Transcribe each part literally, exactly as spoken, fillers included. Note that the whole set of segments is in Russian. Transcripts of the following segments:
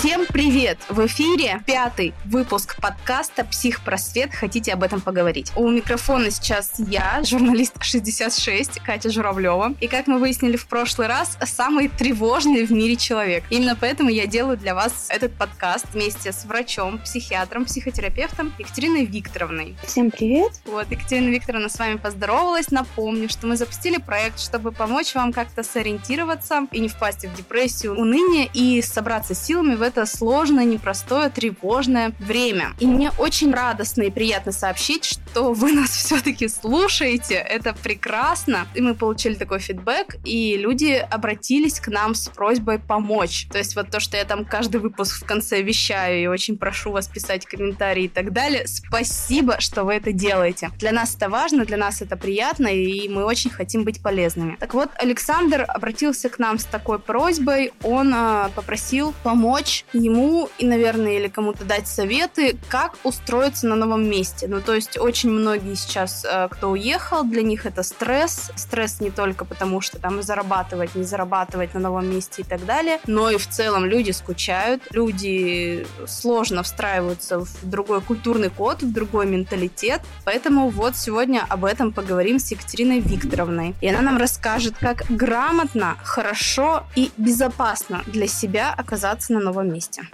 Всем привет! В эфире пятый выпуск подкаста «Психпросвет. Хотите об этом поговорить?». У микрофона сейчас я, журналист шестьдесят шесть, Катя Журавлева. И, как мы выяснили в прошлый раз, самый тревожный в мире человек. Именно поэтому я делаю для вас этот подкаст вместе с врачом, психиатром, психотерапевтом Екатериной Викторовной. Всем привет! Вот, Екатерина Викторовна с вами поздоровалась. Напомню, что мы запустили проект, чтобы помочь вам как-то сориентироваться и не впасть в депрессию, уныние и собраться силами в это сложное, непростое, тревожное время. И мне очень радостно и приятно сообщить, что вы нас все-таки слушаете. Это прекрасно. И мы получили такой фидбэк, и люди обратились к нам с просьбой помочь. То есть вот то, что я там каждый выпуск в конце вещаю и очень прошу вас писать комментарии и так далее. Спасибо, что вы это делаете. Для нас это важно, для нас это приятно, и мы очень хотим быть полезными. Так вот, Александр обратился к нам с такой просьбой. Он э, попросил помочь ему и, наверное, или кому-то дать советы, как устроиться на новом месте. Ну, то есть очень многие сейчас, кто уехал, для них это стресс. Стресс не только потому, что там зарабатывать, не зарабатывать на новом месте и так далее, но и в целом люди скучают, люди сложно встраиваются в другой культурный код, в другой менталитет. Поэтому вот сегодня об этом поговорим с Екатериной Викторовной. И она нам расскажет, как грамотно, хорошо и безопасно для себя оказаться на новом месте. месте.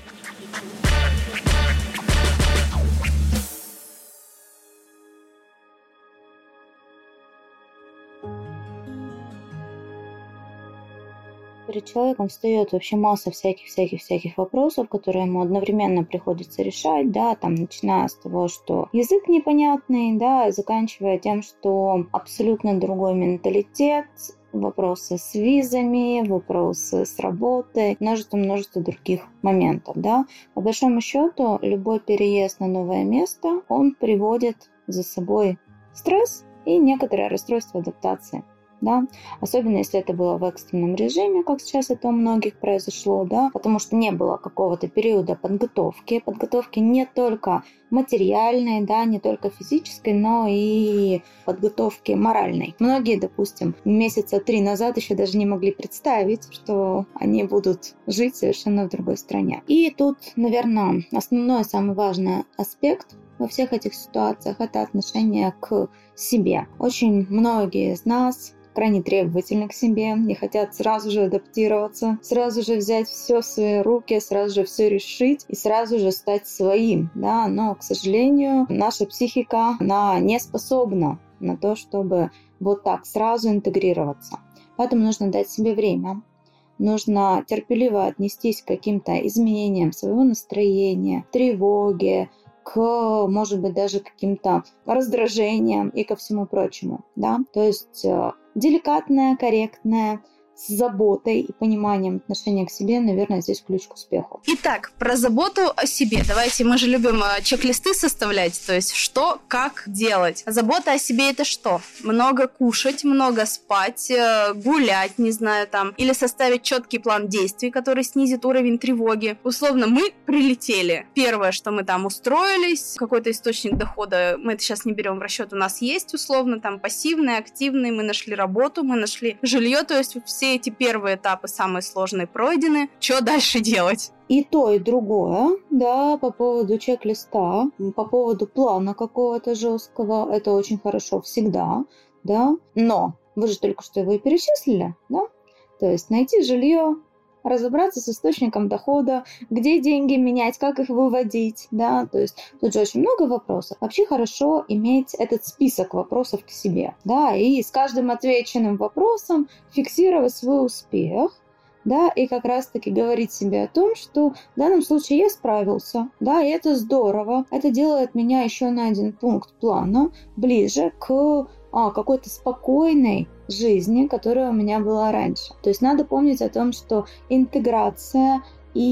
Перед человеком встает вообще масса всяких-всяких-всяких вопросов, которые ему одновременно приходится решать, да, там, начиная с того, что язык непонятный, да, заканчивая тем, что абсолютно другой менталитет, вопросы с визами, вопросы с работой, множество-множество других моментов, да. По большому счету, любой переезд на новое место, он приводит за собой стресс и некоторое расстройство адаптации. Да? Особенно если это было в экстренном режиме, как сейчас это у многих произошло, да? Потому что не было какого-то периода подготовки, подготовки не только материальной, да, не только физической, но и подготовки моральной. Многие, допустим, месяца три назад еще даже не могли представить, что они будут жить совершенно в другой стране. И тут, наверное, основной, самый важный аспект во всех этих ситуациях — это отношение к себе. Очень многие из нас крайне требовательны к себе и хотят сразу же адаптироваться, сразу же взять все в свои руки, сразу же все решить и сразу же стать своим. Да? Но, к сожалению, наша психика, она не способна на то, чтобы вот так сразу интегрироваться. Поэтому нужно дать себе время. Нужно терпеливо отнестись к каким-то изменениям своего настроения, тревоги, к, может быть, даже каким-то раздражениям и ко всему прочему. Да? То есть деликатное, корректное, с заботой и пониманием отношения к себе, наверное, здесь ключ к успеху. Итак, про заботу о себе. Давайте, мы же любим чек-листы составлять, то есть что, как делать. Забота о себе — это что? Много кушать, много спать, гулять, не знаю, там, или составить четкий план действий, который снизит уровень тревоги. Условно, мы прилетели. Первое, что мы там устроились, какой-то источник дохода, мы это сейчас не берем в расчет, у нас есть, условно, там, пассивный, активный, мы нашли работу, мы нашли жилье, то есть все эти первые этапы, самые сложные, пройдены. Что дальше делать? И то, и другое, да, по поводу чек-листа, по поводу плана какого-то жесткого, это очень хорошо всегда, да, но вы же только что его и перечислили, да, то есть найти жилье, разобраться с источником дохода, где деньги менять, как их выводить, да, то есть тут же очень много вопросов. Вообще хорошо иметь этот список вопросов к себе, да, и с каждым отвеченным вопросом фиксировать свой успех, да, и как раз-таки говорить себе о том, что в данном случае я справился, да, и это здорово, это делает меня еще на один пункт плана ближе к а, какой-то спокойной жизни, которая у меня была раньше. То есть надо помнить о том, что интеграция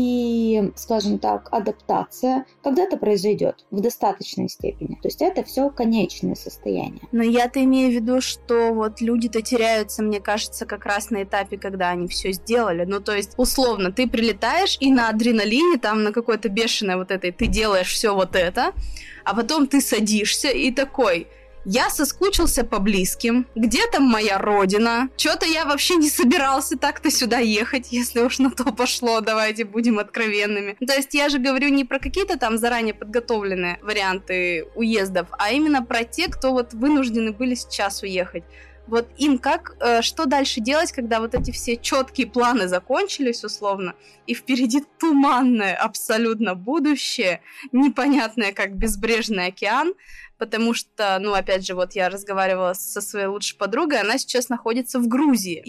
и, скажем так, адаптация когда-то произойдет в достаточной степени. То есть это все конечное состояние. Но я-то имею в виду, что вот люди-то теряются, мне кажется, как раз на этапе, когда они все сделали. Ну, то есть, условно, ты прилетаешь и на адреналине, там на какой-то бешеной вот этой, ты делаешь все вот это, а потом ты садишься и такой... Я соскучился по близким. Где там моя родина? Чё-то я вообще не собирался так-то сюда ехать, если уж на то пошло, давайте будем откровенными. То есть я же говорю не про какие-то там заранее подготовленные варианты уездов, а именно про те, кто вот вынуждены были сейчас уехать. Вот им как, э, что дальше делать, когда вот эти все четкие планы закончились условно, и впереди туманное абсолютно будущее, непонятное, как безбрежный океан, потому что, ну, опять же, вот я разговаривала со своей лучшей подругой, она сейчас находится в Грузии,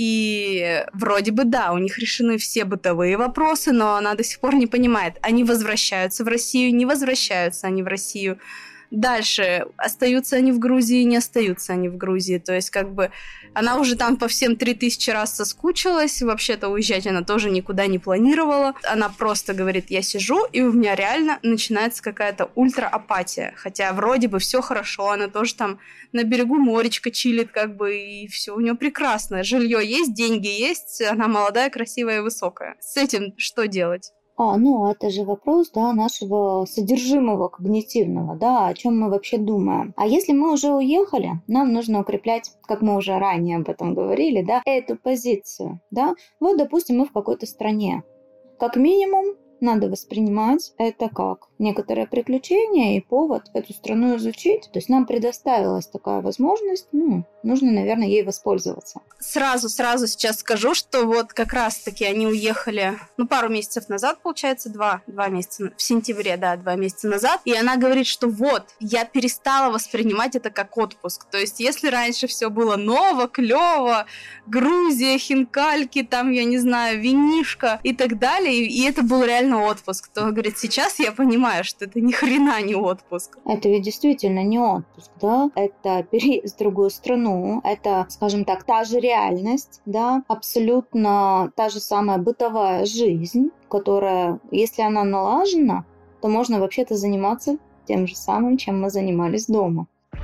и вроде бы, да, у них решены все бытовые вопросы, но она до сих пор не понимает, они возвращаются в Россию, не возвращаются они в Россию. Дальше, остаются они в Грузии, не остаются они в Грузии. То есть, как бы, она уже там по всем три тысячи раз соскучилась. Вообще-то уезжать она тоже никуда не планировала. Она просто говорит, я сижу, и у меня реально начинается какая-то ультра-апатия. Хотя вроде бы все хорошо, она тоже там на берегу моречка чилит, как бы, и все у нее прекрасно. Жилье есть, деньги есть, она молодая, красивая и высокая. С этим что делать? А, ну, это же вопрос, да, нашего содержимого когнитивного, да, о чем мы вообще думаем. А если мы уже уехали, нам нужно укреплять, как мы уже ранее об этом говорили, да, эту позицию, да. Вот, допустим, мы в какой-то стране. Как минимум, надо воспринимать это как некоторое приключение и повод эту страну изучить. То есть нам предоставилась такая возможность, ну, нужно, наверное, ей воспользоваться. Сразу, сразу сейчас скажу, что вот как раз-таки они уехали, ну, пару месяцев назад, получается, два, два месяца, в сентябре, да, два месяца назад, и она говорит, что вот, я перестала воспринимать это как отпуск. То есть если раньше все было ново, клево, Грузия, хинкальки, там, я не знаю, винишко и так далее, и это был реально отпуск, то, говорит, сейчас я понимаю, что это ни хрена не отпуск. Это ведь действительно не отпуск, да? Это переезд в другую страну, это, скажем так, та же реальность, да, абсолютно та же самая бытовая жизнь, которая, если она налажена, то можно вообще-то заниматься тем же самым, чем мы занимались дома.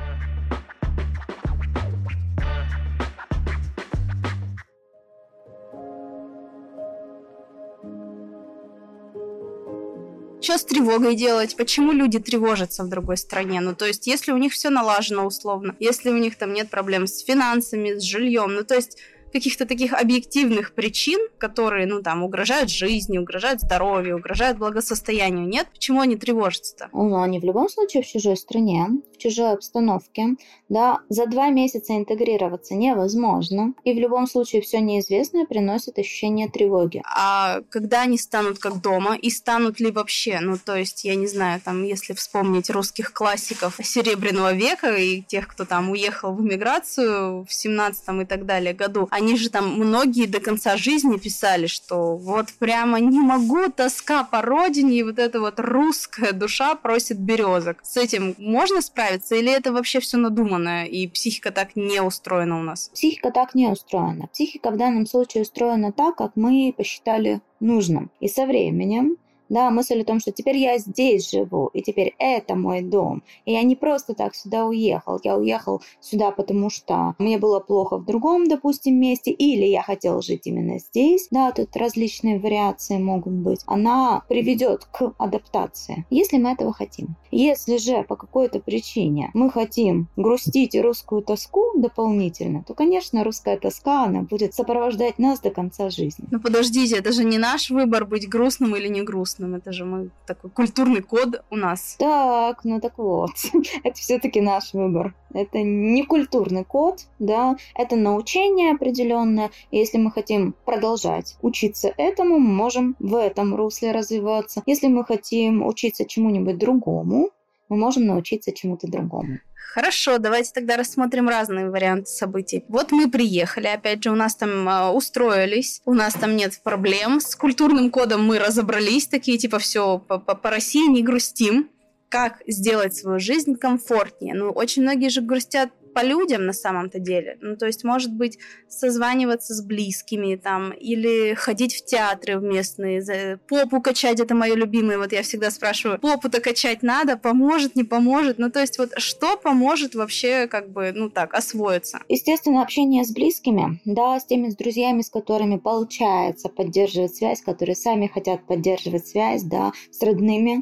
Что с тревогой делать? Почему люди тревожатся в другой стране? Ну, то есть, если у них все налажено условно, если у них там нет проблем с финансами, с жильем, ну, то есть каких-то таких объективных причин, которые, ну, там, угрожают жизни, угрожают здоровью, угрожают благосостоянию, нет? Почему они тревожатся-то? Ну, они в любом случае в чужой стране, в чужой обстановке, да, за два месяца интегрироваться невозможно, и в любом случае все неизвестное приносит ощущение тревоги. А когда они станут как дома, и станут ли вообще? Ну, то есть, я не знаю, там, если вспомнить русских классиков Серебряного века и тех, кто там уехал в эмиграцию в семнадцатом и так далее году, они же там многие до конца жизни писали, что вот прямо не могу, тоска по родине, и вот эта вот русская душа просит березок. С этим можно справиться, или это вообще все надуманное, и психика так не устроена у нас? Психика так не устроена. Психика в данном случае устроена так, как мы посчитали нужным. И со временем, да, мысль о том, что теперь я здесь живу, и теперь это мой дом. И я не просто так сюда уехал. Я уехал сюда, потому что мне было плохо в другом, допустим, месте, или я хотел жить именно здесь. Да, тут различные вариации могут быть. Она приведет к адаптации, если мы этого хотим. Если же по какой-то причине мы хотим грустить и русскую тоску дополнительно, то, конечно, русская тоска, она будет сопровождать нас до конца жизни. Ну подождите, это же не наш выбор быть грустным или не грустным. Это же мы такой культурный код у нас. Так, ну так вот, это все-таки наш выбор. Это не культурный код, да, это научение определенное. И если мы хотим продолжать учиться этому, мы можем в этом русле развиваться. Если мы хотим учиться чему-нибудь другому, мы можем научиться чему-то другому. Хорошо, давайте тогда рассмотрим разные варианты событий. Вот мы приехали, опять же, у нас там э, устроились, у нас там нет проблем. С культурным кодом мы разобрались, такие типа все, по, по, по России не грустим. Как сделать свою жизнь комфортнее? Ну, очень многие же грустят по людям на самом-то деле. Ну, то есть, может быть, созваниваться с близкими там, или ходить в театры местные, попу качать, это мое любимое. Вот я всегда спрашиваю, попу-то качать надо, поможет, не поможет? Ну, то есть, вот что поможет вообще, как бы, ну так, освоиться? Естественно, общение с близкими, да, с теми, с друзьями, с которыми получается поддерживать связь, которые сами хотят поддерживать связь, да, с родными.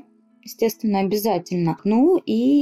естественно, обязательно. Ну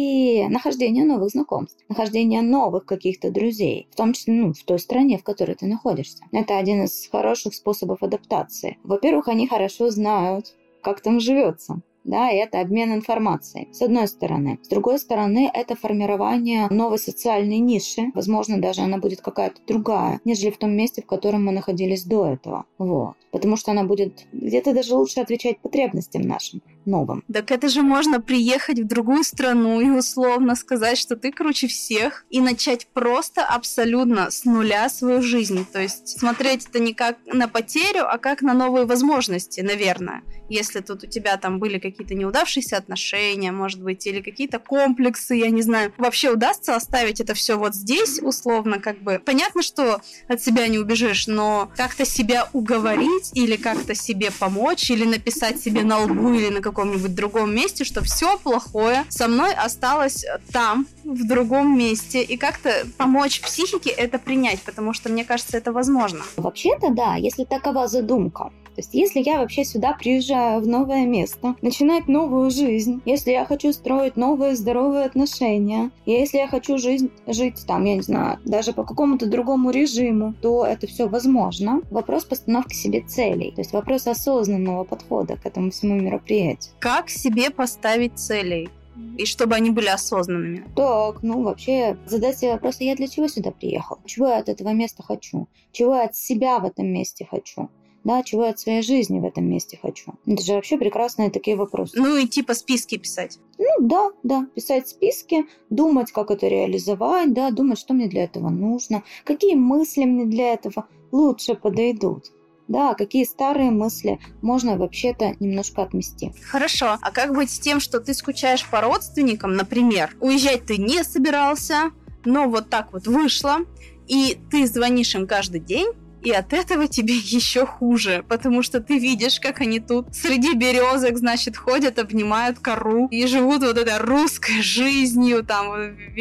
и нахождение новых знакомств, нахождение новых каких-то друзей, в том числе ну, в той стране, в которой ты находишься. Это один из хороших способов адаптации. Во-первых, они хорошо знают, как там живется. Да, и это обмен информацией, с одной стороны. С другой стороны, это формирование новой социальной ниши. Возможно, даже она будет какая-то другая, нежели в том месте, в котором мы находились до этого. Вот. Потому что она будет где-то даже лучше отвечать потребностям нашим новым. Так это же можно приехать в другую страну и условно сказать, что ты круче всех, и начать просто абсолютно с нуля свою жизнь. То есть смотреть это не как на потерю, а как на новые возможности, наверное. Если тут у тебя там были какие-то неудавшиеся отношения, может быть, или какие-то комплексы, я не знаю. Вообще удастся оставить это все вот здесь, условно, как бы. Понятно, что от себя не убежишь, но как-то себя уговорить или как-то себе помочь, или написать себе на лбу или на каком-нибудь другом месте, что все плохое со мной осталось там, в другом месте, и как-то помочь психике это принять, потому что, мне кажется, это возможно. Вообще-то, да, если такова задумка. То есть, если я вообще сюда приезжаю в новое место, начинать новую жизнь, если я хочу строить новые здоровые отношения, и если я хочу жизнь, жить там, я не знаю, даже по какому-то другому режиму, то это все возможно. Вопрос постановки себе целей, то есть вопрос осознанного подхода к этому всему мероприятию. Как себе поставить целей? И чтобы они были осознанными. Так, ну вообще задать себе вопрос, я для чего сюда приехал? Чего я от этого места хочу? Чего я от себя в этом месте хочу? Да, чего я от своей жизни в этом месте хочу? Это же вообще прекрасные такие вопросы. Ну и типа списки писать. Ну да, да, писать списки, думать, как это реализовать, да, думать, что мне для этого нужно, какие мысли мне для этого лучше подойдут. Да, какие старые мысли можно вообще-то немножко отмести. Хорошо. А как быть с тем, что ты скучаешь по родственникам, например? Уезжать ты не собирался, но вот так вот вышло, и ты звонишь им каждый день, и от этого тебе еще хуже, потому что ты видишь, как они тут среди березок, значит, ходят, обнимают кору и живут вот этой русской жизнью, там,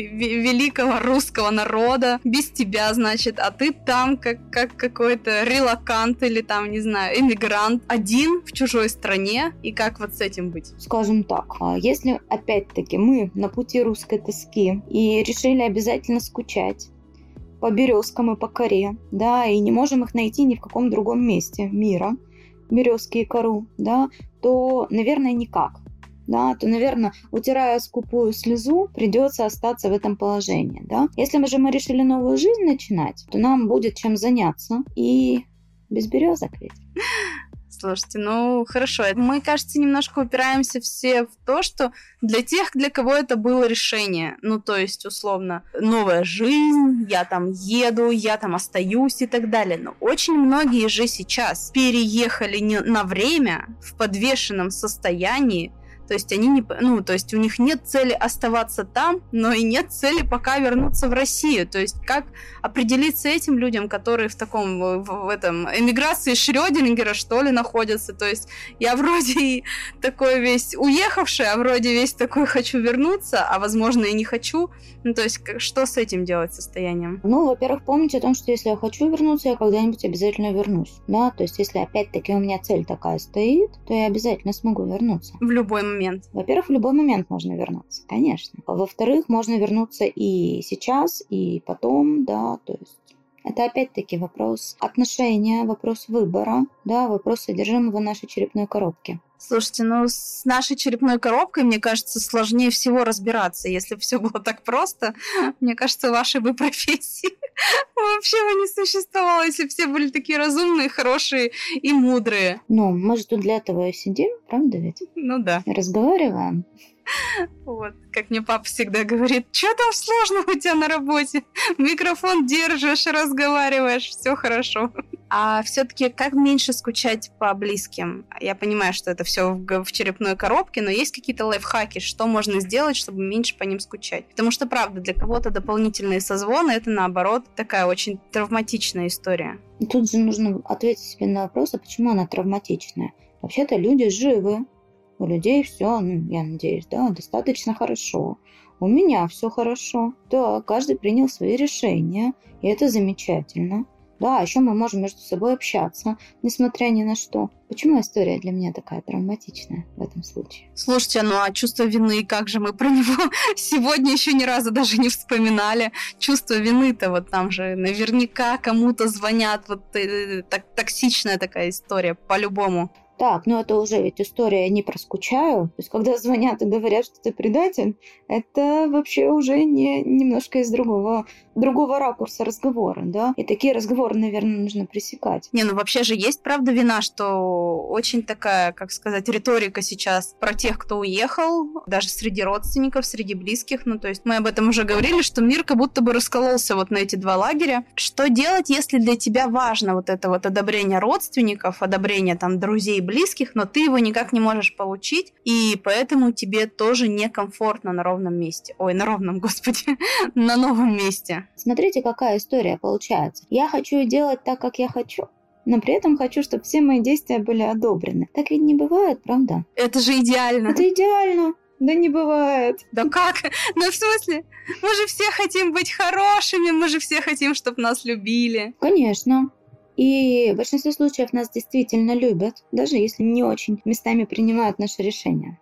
великого русского народа, без тебя, значит, а ты там как, как какой-то релокант или там, не знаю, эмигрант, один в чужой стране, и как вот с этим быть? Скажем так, если, опять-таки, мы на пути русской тоски и решили обязательно скучать по березкам и по коре, да, и не можем их найти ни в каком другом месте мира, березки и кору, да, то, наверное, никак, да, то, наверное, утирая скупую слезу, придется остаться в этом положении, да. Если мы же мы решили новую жизнь начинать, то нам будет чем заняться, и без березок ведь. Слушайте, ну хорошо. Мы, кажется, немножко упираемся все в то, что для тех, для кого это было решение, ну то есть, условно, новая жизнь, я там еду, я там остаюсь и так далее. Но очень многие же сейчас переехали не на время в подвешенном состоянии. То есть они не, ну, то есть у них нет цели оставаться там, но и нет цели пока вернуться в Россию. То есть как определиться этим людям, которые в таком, в, в этом эмиграции Шрёдингера, что ли, находятся. То есть я вроде и такой весь уехавший, а вроде весь такой хочу вернуться, а возможно и не хочу. Ну, то есть что с этим делать состоянием? Ну, во-первых, помните о том, что если я хочу вернуться, я когда-нибудь обязательно вернусь. Да, то есть если опять-таки у меня цель такая стоит, то я обязательно смогу вернуться. В любой момент. Во-первых, в любой момент можно вернуться, конечно. Во-вторых, можно вернуться и сейчас, и потом, да, то есть это опять-таки вопрос отношения, вопрос выбора, да, вопрос содержимого нашей черепной коробки. Слушайте, ну с нашей черепной коробкой, мне кажется, сложнее всего разбираться. Если бы все было так просто, мне кажется, вашей бы профессии вообще бы не существовало, если бы все были такие разумные, хорошие и мудрые. Ну, мы же тут для этого и сидим, правда ведь? Ну да. И разговариваем. Вот, как мне папа всегда говорит, что там сложного у тебя на работе? Микрофон держишь, разговариваешь, все хорошо. А все-таки как меньше скучать по близким? Я понимаю, что это все в, в черепной коробке, но есть какие-то лайфхаки, что можно сделать, чтобы меньше по ним скучать? Потому что, правда, для кого-то дополнительные созвоны — это, наоборот, такая очень травматичная история. Тут же нужно ответить себе на вопрос, а почему она травматичная? Вообще-то люди живы. У людей все, ну, я надеюсь, да, достаточно хорошо. У меня все хорошо. Да, каждый принял свои решения, и это замечательно. Да, еще мы можем между собой общаться, несмотря ни на что. Почему история для меня такая травматичная в этом случае? Слушайте, ну а чувство вины, как же мы про него сегодня еще ни разу даже не вспоминали. Чувство вины-то вот там же наверняка кому-то звонят. Вот э, так, токсичная такая история, по-любому. Так, ну это уже ведь история не про скучаю. То есть, когда звонят и говорят, что ты предатель, это вообще уже не немножко из другого, другого ракурса разговора, да? И такие разговоры, наверное, нужно пресекать. Не, ну вообще же есть, правда, вина, что очень такая, как сказать, риторика сейчас про тех, кто уехал, даже среди родственников, среди близких. Ну, то есть мы об этом уже говорили, что мир как будто бы раскололся вот на эти два лагеря. Что делать, если для тебя важно вот это вот одобрение родственников, одобрение там друзей, близких, но ты его никак не можешь получить, и поэтому тебе тоже некомфортно на ровном месте. Ой, на ровном, господи, на новом месте. Смотрите, какая история получается. Я хочу делать так, как я хочу, но при этом хочу, чтобы все мои действия были одобрены. Так ведь не бывает, правда? Это же идеально. Это идеально. Да не бывает. Да как? Ну, в смысле? Мы же все хотим быть хорошими, мы же все хотим, чтобы нас любили. Конечно. И в большинстве случаев нас действительно любят, даже если не очень местами принимают наши решения.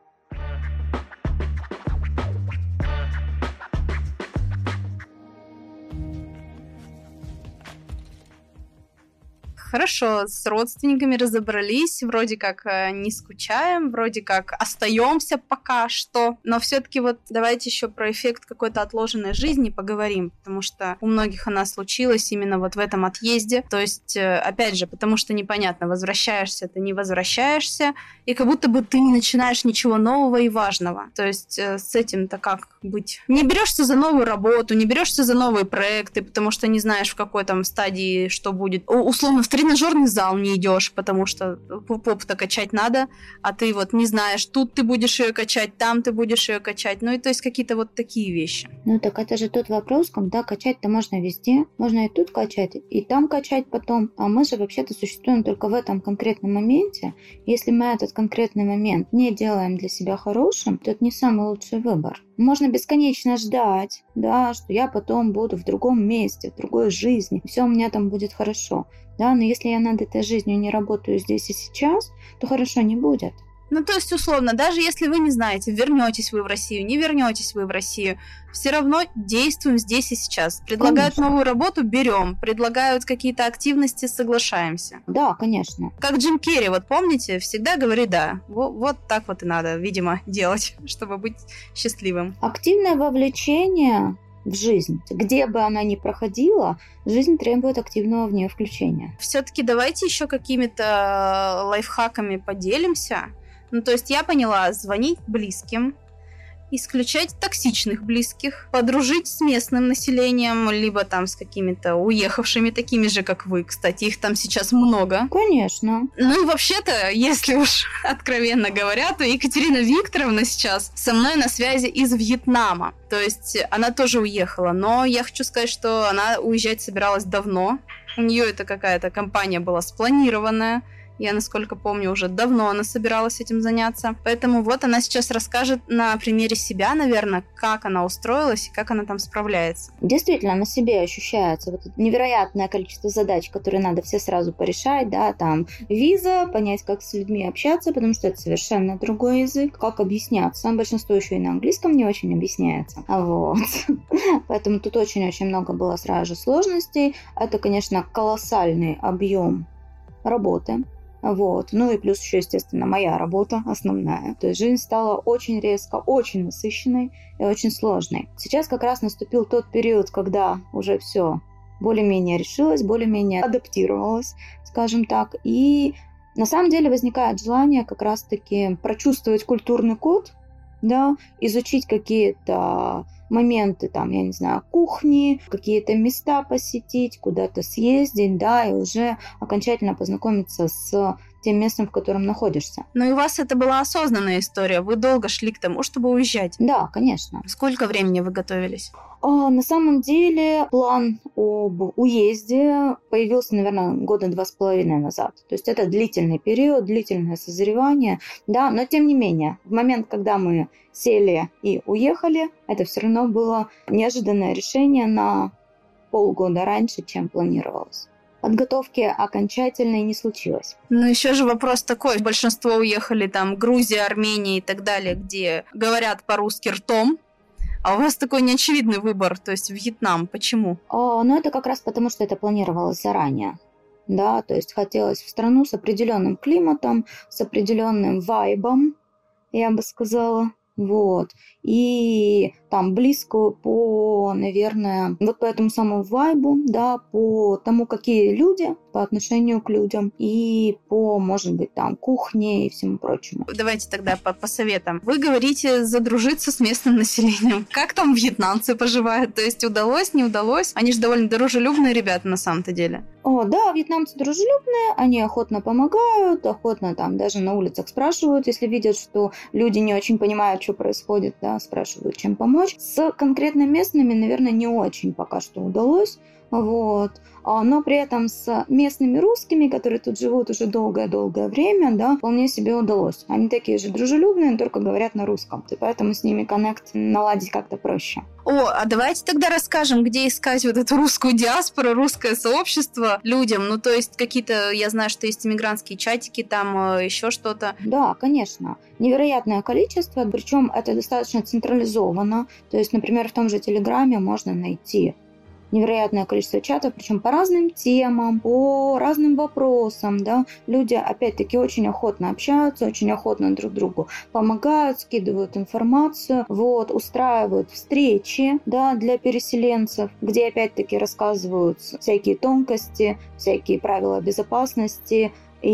Хорошо, с родственниками разобрались, вроде как э, не скучаем, вроде как остаемся пока что, но все-таки вот давайте еще про эффект какой-то отложенной жизни поговорим, потому что у многих она случилась именно вот в этом отъезде, то есть, э, опять же, потому что непонятно, возвращаешься ты, не возвращаешься, и как будто бы ты не начинаешь ничего нового и важного, то есть э, с этим-то как быть? Не берешься за новую работу, не берешься за новые проекты, потому что не знаешь, в какой там стадии что будет. У- условно, в тренажерный зал не идешь, потому что поп-то качать надо, а ты вот не знаешь, тут ты будешь ее качать, там ты будешь ее качать. Ну и то есть какие-то вот такие вещи. Ну так это же тот вопрос, когда качать-то можно везде. Можно и тут качать, и там качать потом. А мы же вообще-то существуем только в этом конкретном моменте. Если мы этот конкретный момент не делаем для себя хорошим, то это не самый лучший выбор. Можно бесконечно ждать, да, что я потом буду в другом месте, в другой жизни, все у меня там будет хорошо. Да, но если я над этой жизнью не работаю здесь и сейчас, то хорошо не будет. Ну, то есть, условно, даже если вы не знаете, вернетесь вы в Россию, не вернетесь вы в Россию, все равно действуем здесь и сейчас. Предлагают Конечно. новую работу — берем. Предлагают какие-то активности — соглашаемся. Да, конечно. Как Джим Керри, вот помните, всегда говорит «да». Вот, вот так вот и надо, видимо, делать, чтобы быть счастливым. Активное вовлечение в жизнь, где бы она ни проходила, жизнь требует активного в нее включения. Все-таки давайте еще какими-то лайфхаками поделимся. Ну, то есть я поняла, звонить близким, исключать токсичных близких, подружить с местным населением, либо там с какими-то уехавшими, такими же, как вы. Кстати, их там сейчас много. Конечно. Ну и вообще-то, если уж откровенно говоря, то Екатерина Викторовна сейчас со мной на связи из Вьетнама. То есть она тоже уехала, но я хочу сказать, что она уезжать собиралась давно. У нее это какая-то кампания была спланированная. Я, насколько помню, уже давно она собиралась этим заняться. Поэтому вот она сейчас расскажет на примере себя, наверное, как она устроилась и как она там справляется. Действительно, на себе ощущается вот это невероятное количество задач, которые надо все сразу порешать, да, там виза, понять, как с людьми общаться, потому что это совершенно другой язык, как объясняться. Большинство еще и на английском не очень объясняется. Вот. Поэтому тут очень-очень много было сразу же сложностей. Это, конечно, колоссальный объем работы. Вот. Ну и плюс еще, естественно, моя работа основная. То есть жизнь стала очень резко, очень насыщенной и очень сложной. Сейчас как раз наступил тот период, когда уже все более-менее решилось, более-менее адаптировалось, скажем так. И на самом деле возникает желание как раз-таки прочувствовать культурный код, да, изучить какие-то моменты, там, я не знаю, кухни, какие-то места посетить, куда-то съездить, да, и уже окончательно познакомиться с тем местом, в котором находишься. Ну и у вас это была осознанная история. Вы долго шли к тому, чтобы уезжать. Да, конечно. Сколько времени вы готовились? А, на самом деле план об уезде появился, наверное, года два с половиной назад. То есть это длительный период, длительное созревание, да, но тем не менее, в момент, когда мы сели и уехали, это все равно было неожиданное решение на полгода раньше, чем планировалось. подготовки окончательной не случилось. Ну, еще же вопрос такой. Большинство уехали там Грузия, Армения и так далее, где говорят по-русски ртом. А у вас такой неочевидный выбор, то есть Вьетнам. Почему? О, ну, это как раз потому, что это планировалось заранее. Да, то есть хотелось в страну с определенным климатом, с определенным вайбом, я бы сказала. Вот. И там близко по, наверное, вот по этому самому вайбу, да, по тому, какие люди по отношению к людям, и по, может быть, там, кухне и всему прочему. Давайте тогда по, по советам. Вы говорите задружиться с местным населением. Как там вьетнамцы поживают? То есть удалось, не удалось? Они же довольно дружелюбные ребята на самом-то деле. О, да, вьетнамцы дружелюбные, они охотно помогают, охотно там даже на улицах спрашивают, если видят, что люди не очень понимают, что происходит, да, спрашивают, чем помочь. С конкретно местными, наверное, не очень пока что удалось. Вот. Но при этом с местными русскими, которые тут живут уже долгое-долгое время, да, вполне себе удалось. Они такие же дружелюбные, только говорят на русском. И поэтому с ними коннект наладить как-то проще. О, а давайте тогда расскажем, где искать вот эту русскую диаспору, русское сообщество людям. Ну, то есть какие-то, я знаю, что есть иммигрантские чатики, там еще что-то. Да, конечно. Невероятное количество, причем это достаточно централизовано. То есть, например, в том же Телеграме можно найти невероятное количество чатов, причем по разным темам, по разным вопросам, да. Люди, опять-таки, очень охотно общаются, очень охотно друг другу помогают, скидывают информацию, вот, устраивают встречи, да, для переселенцев, где, опять-таки, рассказывают всякие тонкости, всякие правила безопасности,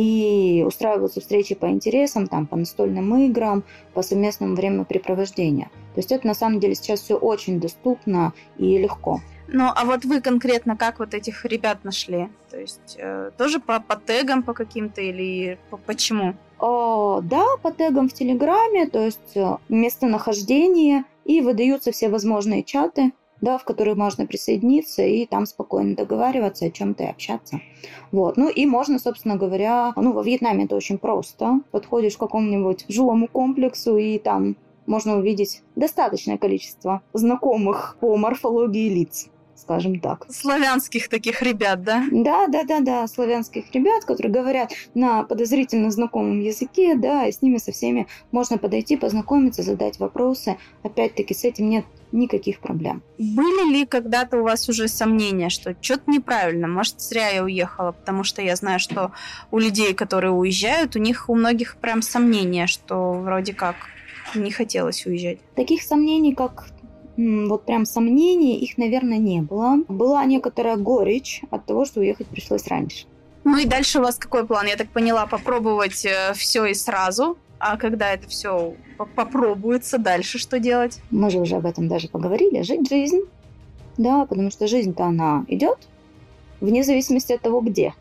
и устраиваются встречи по интересам, там, по настольным играм, по совместному времяпрепровождению. То есть это, на самом деле, сейчас все очень доступно и легко. Ну, а вот вы конкретно как вот этих ребят нашли? То есть э, тоже по, по тегам по каким-то или по, почему? О, да, по тегам в Телеграме, то есть местонахождение, и выдаются все возможные чаты, да, в которые можно присоединиться и там спокойно договариваться о чем-то и общаться. Вот. Ну и можно, собственно говоря, ну во Вьетнаме это очень просто. Подходишь к какому-нибудь жилому комплексу, и там можно увидеть достаточное количество знакомых по морфологии лиц, скажем так. Славянских таких ребят, да? Да, да, да, да, славянских ребят, которые говорят на подозрительно знакомом языке, да, и с ними со всеми можно подойти, познакомиться, задать вопросы. Опять-таки, с этим нет никаких проблем. Были ли когда-то у вас уже сомнения, что что-то неправильно, может, зря я уехала, потому что я знаю, что у людей, которые уезжают, у них у многих прям сомнения, что вроде как не хотелось уезжать. Таких сомнений, как вот прям сомнений, их, наверное, не было. Была некоторая горечь от того, что уехать пришлось раньше. Ну и дальше у вас какой план? Я так поняла, попробовать все и сразу. А когда это все попробуется, дальше что делать? Мы же уже об этом даже поговорили. Жить жизнь. Да, потому что жизнь-то она идет вне зависимости от того, где.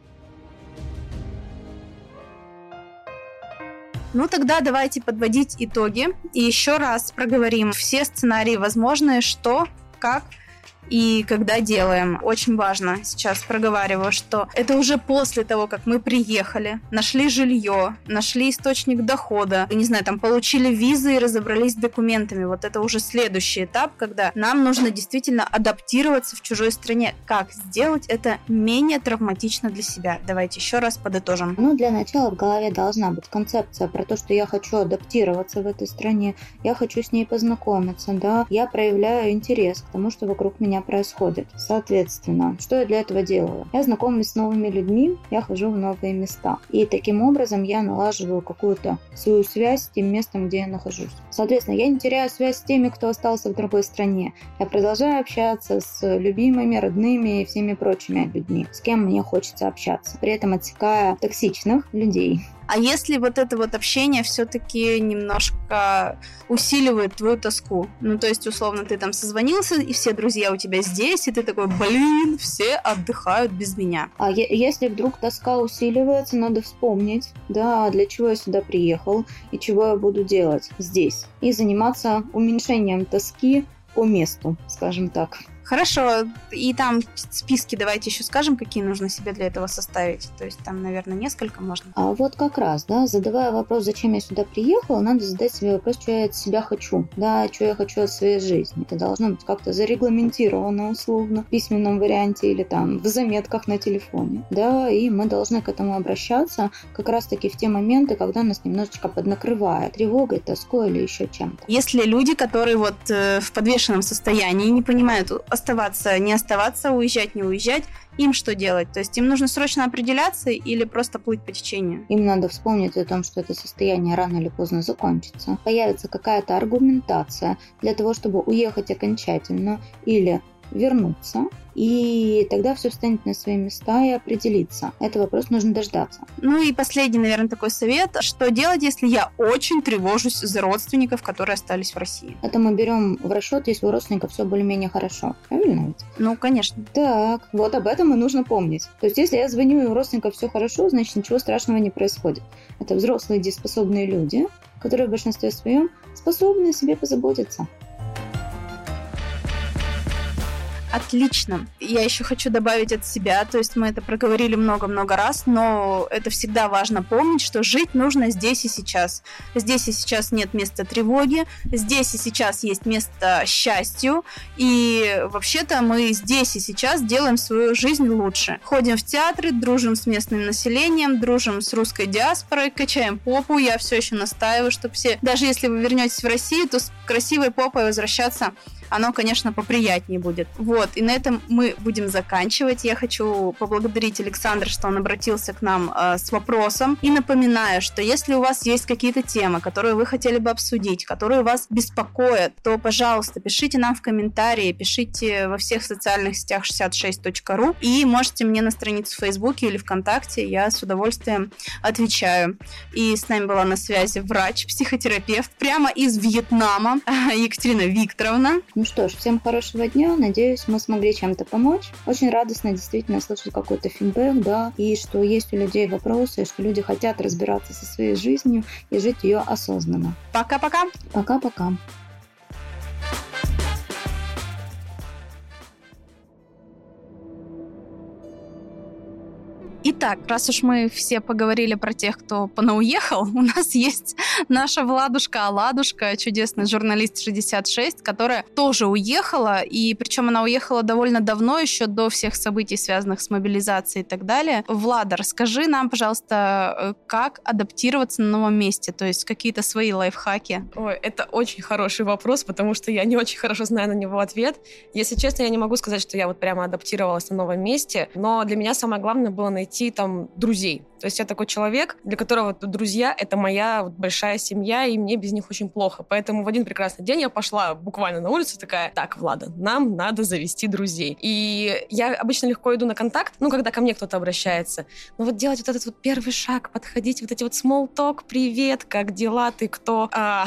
Ну, тогда давайте подводить итоги и еще раз проговорим все сценарии возможные, что, как и когда делаем. Очень важно, сейчас проговариваю, что это уже после того, как мы приехали, нашли жилье, нашли источник дохода, и, не знаю, там получили визы и разобрались с документами. Вот это уже следующий этап, когда нам нужно действительно адаптироваться в чужой стране. Как сделать это менее травматично для себя? Давайте еще раз подытожим. Ну, для начала в голове должна быть концепция про то, что я хочу адаптироваться в этой стране, я хочу с ней познакомиться, да, я проявляю интерес к тому, что вокруг меня происходит. Соответственно, что я для этого делаю? Я знакомлюсь с новыми людьми, я хожу в новые места. И таким образом я налаживаю какую-то свою связь с тем местом, где я нахожусь. Соответственно, я не теряю связь с теми, кто остался в другой стране. Я продолжаю общаться с любимыми, родными и всеми прочими людьми, с кем мне хочется общаться, при этом отсекая токсичных людей. А если вот это вот общение все-таки немножко усиливает твою тоску? Ну, то есть, условно, ты там созвонился, и все друзья у тебя здесь, и ты такой, блин, все отдыхают без меня. А е- если вдруг тоска усиливается, надо вспомнить, да, для чего я сюда приехал, и чего я буду делать здесь. И заниматься уменьшением тоски по месту, скажем так. Хорошо, и там списки давайте еще скажем, какие нужно себе для этого составить. То есть там, наверное, несколько можно. А вот как раз, да, задавая вопрос, зачем я сюда приехала, надо задать себе вопрос, что я от себя хочу, да, что я хочу от своей жизни. Это должно быть как-то зарегламентировано условно в письменном варианте или там в заметках на телефоне, да, и мы должны к этому обращаться как раз-таки в те моменты, когда нас немножечко поднакрывает тревогой, тоской или еще чем-то. Если люди, которые вот э, в подвешенном состоянии, не понимают, оставаться, не оставаться, уезжать, не уезжать, им что делать? То есть им нужно срочно определяться или просто плыть по течению? Им надо вспомнить о том, что это состояние рано или поздно закончится. Появится какая-то аргументация для того, чтобы уехать окончательно или вернуться, и тогда все встанет на свои места и определиться. Это вопрос нужно дождаться. Ну и последний, наверное, такой совет. Что делать, если я очень тревожусь за родственников, которые остались в России? Это мы берем в расчет, если у родственников все более-менее хорошо. Правильно ведь? Ну, конечно. Так, вот об этом и нужно помнить. То есть, если я звоню, и у родственников все хорошо, значит, ничего страшного не происходит. Это взрослые, дееспособные люди, которые в большинстве своем способны о себе позаботиться. Отлично. Я еще хочу добавить от себя, то есть мы это проговорили много-много раз, но это всегда важно помнить, что жить нужно здесь и сейчас. Здесь и сейчас нет места тревоге, здесь и сейчас есть место счастью, и вообще-то мы здесь и сейчас делаем свою жизнь лучше. Ходим в театры, дружим с местным населением, дружим с русской диаспорой, качаем попу. Я все еще настаиваю, чтобы все, даже если вы вернетесь в Россию, то с красивой попой возвращаться оно, конечно, поприятнее будет. Вот, и на этом мы будем заканчивать. Я хочу поблагодарить Александра, что он обратился к нам э, с вопросом. И напоминаю, что если у вас есть какие-то темы, которые вы хотели бы обсудить, которые вас беспокоят, то, пожалуйста, пишите нам в комментарии, пишите во всех социальных сетях шестьдесят шесть точка ру и можете мне на странице в Фейсбуке или ВКонтакте, я с удовольствием отвечаю. И с нами была на связи врач, психотерапевт прямо из Вьетнама Екатерина Викторовна. Ну что ж, всем хорошего дня. Надеюсь, мы смогли чем-то помочь. Очень радостно действительно слышать какой-то фидбэк, да, и что есть у людей вопросы, что люди хотят разбираться со своей жизнью и жить ее осознанно. Пока-пока. Пока-пока. Итак, раз уж мы все поговорили про тех, кто понауехал, у нас есть наша Владушка Аладушка, чудесный журналист шестьдесят шесть, которая тоже уехала, и причем она уехала довольно давно, еще до всех событий, связанных с мобилизацией и так далее. Влада, расскажи нам, пожалуйста, как адаптироваться на новом месте, то есть какие-то свои лайфхаки. Ой, это очень хороший вопрос, потому что я не очень хорошо знаю на него ответ. Если честно, я не могу сказать, что я вот прямо адаптировалась на новом месте, но для меня самое главное было найти там друзей. То есть я такой человек, для которого друзья — это моя вот большая семья, и мне без них очень плохо. Поэтому в один прекрасный день я пошла буквально на улицу такая: так, Влада, нам надо завести друзей. И я обычно легко иду на контакт, ну, когда ко мне кто-то обращается. Но вот делать вот этот вот первый шаг, подходить, вот эти вот small talk: привет, как дела, ты кто? А...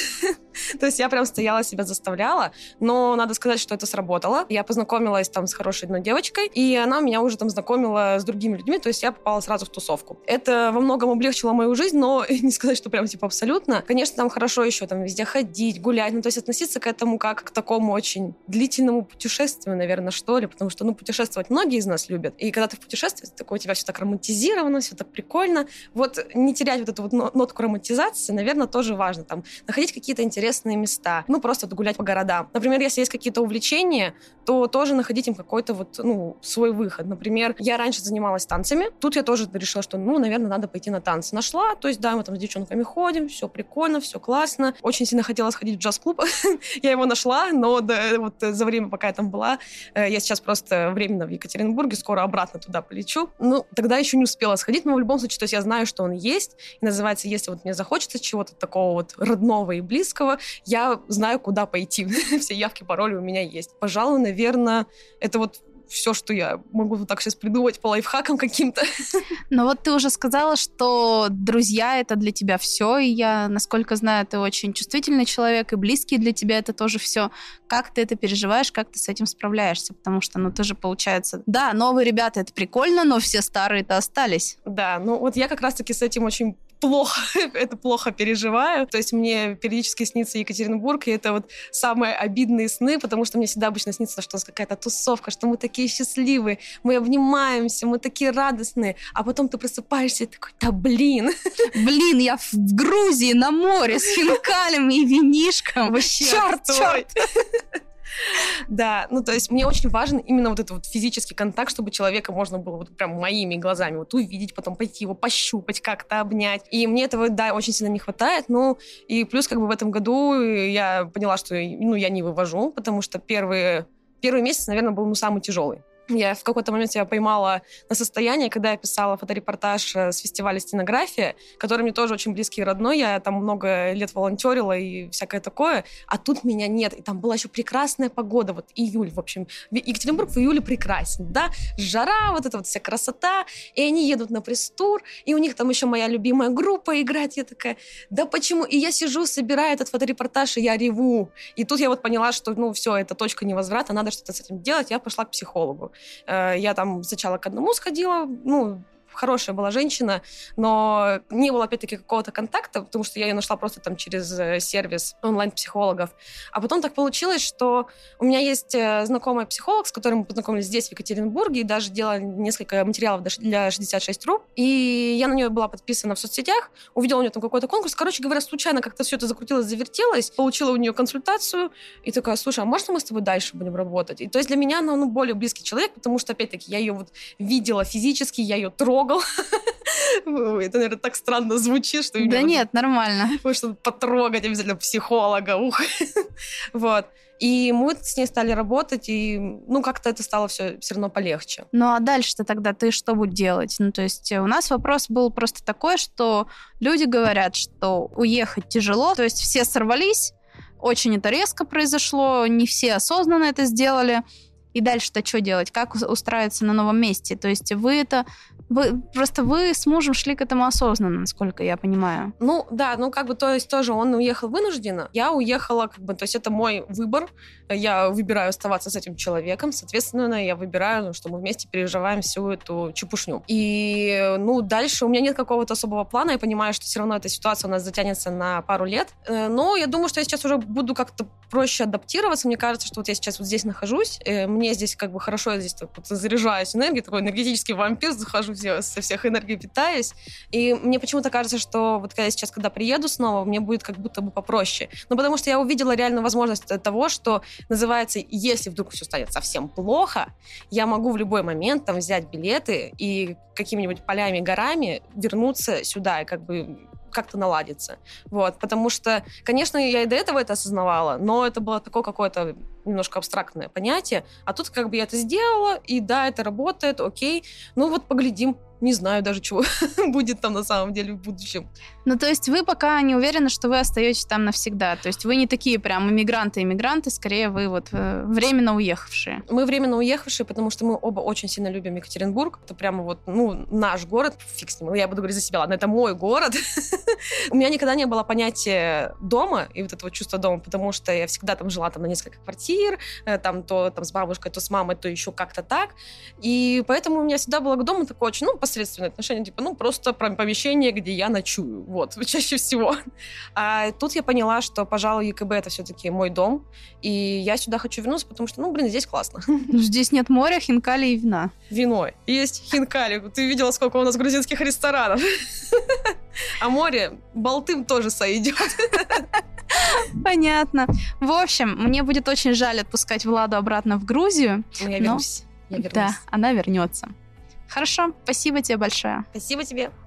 То есть я прям стояла, себя заставляла, но надо сказать, что это сработало. Я познакомилась там с хорошей одной девочкой, и она меня уже там знакомила с другими людьми, то есть я попала сразу в тусовку. Это во многом облегчило мою жизнь, но не сказать, что прям типа абсолютно. Конечно, там хорошо еще там везде ходить, гулять, ну то есть относиться к этому как к такому очень длительному путешествию, наверное, что ли, потому что, ну, путешествовать многие из нас любят, и когда ты в путешествии, такое у тебя все так романтизировано, все так прикольно. Вот не терять вот эту вот нотку романтизации, наверное, тоже важно. Там находить какие-то интересные интересные места, ну, просто гулять по городам. Например, если есть какие-то увлечения, то тоже находить им какой-то вот, ну, свой выход. Например, я раньше занималась танцами, тут я тоже решила, что, ну, наверное, надо пойти на танцы. Нашла, то есть, да, мы там с девчонками ходим, все прикольно, все классно. Очень сильно хотела сходить в джаз-клуб, я его нашла, но да, вот за время, пока я там была, я сейчас просто временно в Екатеринбурге, скоро обратно туда полечу. Ну, тогда еще не успела сходить, но в любом случае, то есть я знаю, что он есть, и называется «Если вот мне захочется чего-то такого вот родного и близкого», я знаю, куда пойти. Все явки, пароли у меня есть. Пожалуй, наверное, это вот все, что я могу вот так сейчас придумать по лайфхакам каким-то. Но вот ты уже сказала, что друзья — это для тебя все, и я, насколько знаю, ты очень чувствительный человек, и близкие для тебя — это тоже все. как ты это переживаешь, как ты с этим справляешься, потому что, ну, ты же, получается, да, новые ребята, это прикольно, но все старые-то остались. Да, ну вот я как раз-таки с этим очень плохо, это плохо переживаю. То есть мне периодически снится Екатеринбург, и это вот самые обидные сны, потому что мне всегда обычно снится, что у нас какая-то тусовка, что мы такие счастливые, мы обнимаемся, мы такие радостные, а потом ты просыпаешься и такой, да блин. Блин, я в Грузии на море с хинкалями и винишком. Вообще, черт, черт. Да, ну то есть мне очень важен именно вот этот вот физический контакт, чтобы человека можно было вот прям моими глазами вот увидеть, потом пойти его пощупать, как-то обнять. И мне этого, да, очень сильно не хватает. Ну и плюс как бы в этом году я поняла, что ну, я не вывожу, потому что первые, первый месяц, наверное, был ну, самый тяжелый. Я в какой-то момент себя поймала на состояние, когда я писала фоторепортаж с фестиваля «Стенография», который мне тоже очень близкий и родной. Я там много лет волонтерила и всякое такое. А тут меня нет. И там была еще прекрасная погода. Вот июль, в общем. Екатеринбург в июле прекрасен, да? Жара, вот эта вот вся красота. И они едут на пресс-тур. И у них там еще моя любимая группа играет. Я такая, да почему? И я сижу, собираю этот фоторепортаж, и я реву. И тут я вот поняла, что, ну, все, это точка невозврата, надо что-то с этим делать. Я пошла к психологу. Я там сначала к одному сходила, ну, хорошая была женщина, но не было, опять-таки, какого-то контакта, потому что я ее нашла просто там через сервис онлайн-психологов. А потом так получилось, что у меня есть знакомый психолог, с которым мы познакомились здесь, в Екатеринбурге, и даже делали несколько материалов для шестьдесят шесть точка ру. И я на нее была подписана в соцсетях, увидела у нее там какой-то конкурс. Короче говоря, случайно как-то все это закрутилось, завертелось, получила у нее консультацию, и такая, слушай, а можно мы с тобой дальше будем работать? И то есть для меня она ну, более близкий человек, потому что, опять-таки, я ее вот видела физически, я ее трогала. Это, наверное, так странно звучит, что... Да нет, вот, нормально. Чтобы потрогать обязательно психолога. Ух. Вот. И мы с ней стали работать, и, ну, как-то это стало все, все равно полегче. Ну, а дальше-то тогда ты что будешь делать? Ну, то есть у нас вопрос был просто такой, что люди говорят, что уехать тяжело, то есть все сорвались, очень это резко произошло, не все осознанно это сделали. И дальше-то что делать? Как устраиваться на новом месте? То есть вы это... Вы, просто вы с мужем шли к этому осознанно, насколько я понимаю. Ну, да, ну, как бы, то есть тоже он уехал вынужденно. Я уехала, как бы, то есть это мой выбор. Я выбираю оставаться с этим человеком. Соответственно, я выбираю, ну, что мы вместе переживаем всю эту чепушню. И, ну, дальше у меня нет какого-то особого плана. Я понимаю, что все равно эта ситуация у нас затянется на пару лет. Но я думаю, что я сейчас уже буду как-то проще адаптироваться. Мне кажется, что вот я сейчас вот здесь нахожусь. Мне здесь как бы хорошо, я здесь так вот заряжаюсь энергией. Такой энергетический вампир, захожу со всех энергий питаюсь. И мне почему-то кажется, что вот когда я сейчас, когда приеду снова, мне будет как будто бы попроще. Ну, потому что я увидела реально возможность того, что называется, если вдруг все станет совсем плохо, я могу в любой момент там взять билеты и какими-нибудь полями, горами вернуться сюда и как бы как-то наладиться. Вот. Потому что, конечно, я и до этого это осознавала, но это было такое какое-то немножко абстрактное понятие. А тут как бы я это сделала, и да, это работает, окей. Ну вот поглядим. Не знаю даже, чего будет там на самом деле в будущем. Ну, то есть вы пока не уверены, что вы остаетесь там навсегда. То есть вы не такие прям иммигранты-иммигранты, скорее вы вот э, временно уехавшие. Мы временно уехавшие, потому что мы оба очень сильно любим Екатеринбург. Это прямо вот, ну, наш город. Фиг с ним, я буду говорить за себя, ладно, это мой город. У меня никогда не было понятия дома и вот этого чувства дома, потому что я всегда там жила там на несколько квартир, там то там с бабушкой, то с мамой, то еще как-то так. И поэтому у меня всегда было к дому такое очень, ну, посредственное отношение, типа, ну, просто помещение, где я ночую. Вот, чаще всего. А тут я поняла, что, пожалуй, ЕКБ — это все-таки мой дом, и я сюда хочу вернуться, потому что, ну, блин, здесь классно. Здесь нет моря, хинкали и вина. Вино. Есть хинкали. Ты видела, сколько у нас грузинских ресторанов. А море Балтым тоже сойдет. Понятно. В общем, мне будет очень жаль отпускать Владу обратно в Грузию. Я вернусь. Я вернусь. Да, она вернется. Хорошо, спасибо тебе большое. Спасибо тебе.